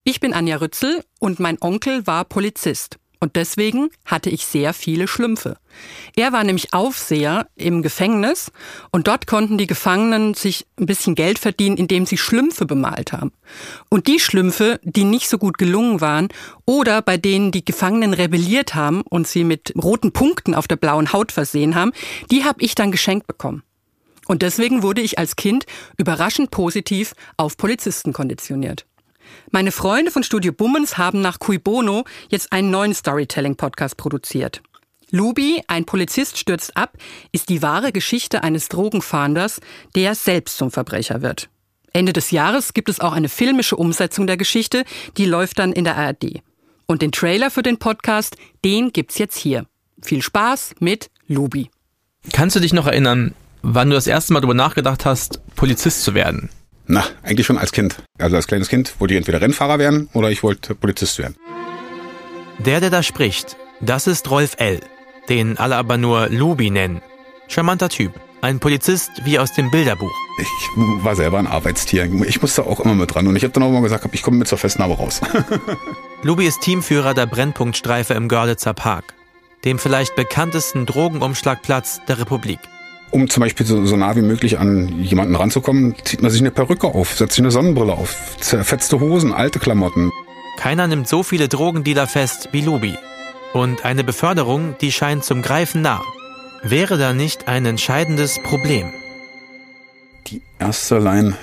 Ich bin Anja Rützel und mein Onkel war Polizist. Und deswegen hatte ich sehr viele Schlümpfe. Er war nämlich Aufseher im Gefängnis und dort konnten die Gefangenen sich ein bisschen Geld verdienen, indem sie Schlümpfe bemalt haben. Und die Schlümpfe, die nicht so gut gelungen waren oder bei denen die Gefangenen rebelliert haben und sie mit roten Punkten auf der blauen Haut versehen haben, die habe ich dann geschenkt bekommen. Und deswegen wurde ich als Kind überraschend positiv auf Polizisten konditioniert. Meine Freunde von Studio Bummens haben nach Cui Bono jetzt einen neuen Storytelling-Podcast produziert. Lubi, ein Polizist stürzt ab, ist die wahre Geschichte eines Drogenfahnders, der selbst zum Verbrecher wird. Ende des Jahres gibt es auch eine filmische Umsetzung der Geschichte, die läuft dann in der ARD. Und den Trailer für den Podcast, den gibt's jetzt hier. Viel Spaß mit Lubi. Kannst du dich noch erinnern, wann du das erste Mal darüber nachgedacht hast, Polizist zu werden? Na, eigentlich schon als Kind. Also als kleines Kind wollte ich entweder Rennfahrer werden oder ich wollte Polizist werden. Der da spricht, das ist Rolf L., den alle aber nur Lubi nennen. Charmanter Typ, ein Polizist wie aus dem Bilderbuch. Ich war selber ein Arbeitstier. Ich musste auch immer mit dran und ich habe dann auch immer gesagt, ich komme mit zur Festnahme raus. Lubi ist Teamführer der Brennpunktstreife im Görlitzer Park, dem vielleicht bekanntesten Drogenumschlagplatz der Republik. Um zum Beispiel so nah wie möglich an jemanden ranzukommen, zieht man sich eine Perücke auf, setzt sich eine Sonnenbrille auf, zerfetzte Hosen, alte Klamotten. Keiner nimmt so viele Drogendealer fest wie Lubi. Und eine Beförderung, die scheint zum Greifen nah. Wäre da nicht ein entscheidendes Problem? Die erste Line,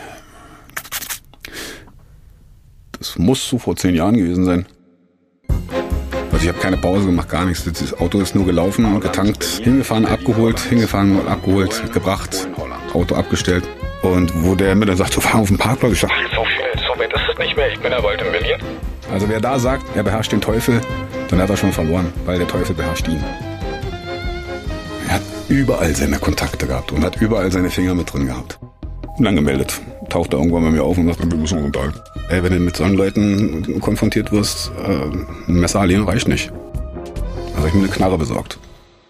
das muss so vor 10 Jahren gewesen sein. Also ich habe keine Pause gemacht, gar nichts. Das Auto ist nur gelaufen und getankt, hingefahren, abgeholt, gebracht, Auto abgestellt. Und wo der mir dann sagt, wir fahren auf den Parkplatz, ich sage, so weit ist es nicht mehr, ich bin ja bald in Berlin. Also wer da sagt, er beherrscht den Teufel, dann hat er schon verloren, weil der Teufel beherrscht ihn. Er hat überall seine Kontakte gehabt und hat überall seine Finger mit drin gehabt. Und dann gemeldet, taucht er irgendwann bei mir auf und sagt, wir müssen uns unterhalten. Wenn du mit solchen Leuten konfrontiert wirst, ein Messer allein reicht nicht. Also habe ich mir eine Knarre besorgt.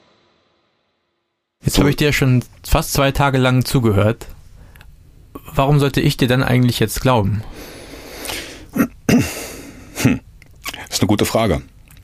Jetzt habe ich dir schon fast 2 Tage lang zugehört. Warum sollte ich dir dann eigentlich jetzt glauben? Das ist eine gute Frage.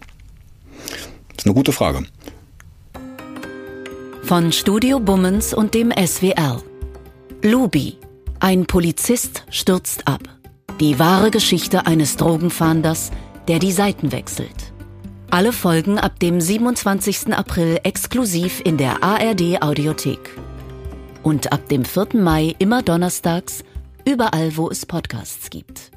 Von Studio Bummens und dem SWR. Lubi, ein Polizist stürzt ab. Die wahre Geschichte eines Drogenfahnders, der die Seiten wechselt. Alle Folgen ab dem 27. April exklusiv in der ARD Audiothek. Und ab dem 4. Mai immer donnerstags, überall wo es Podcasts gibt.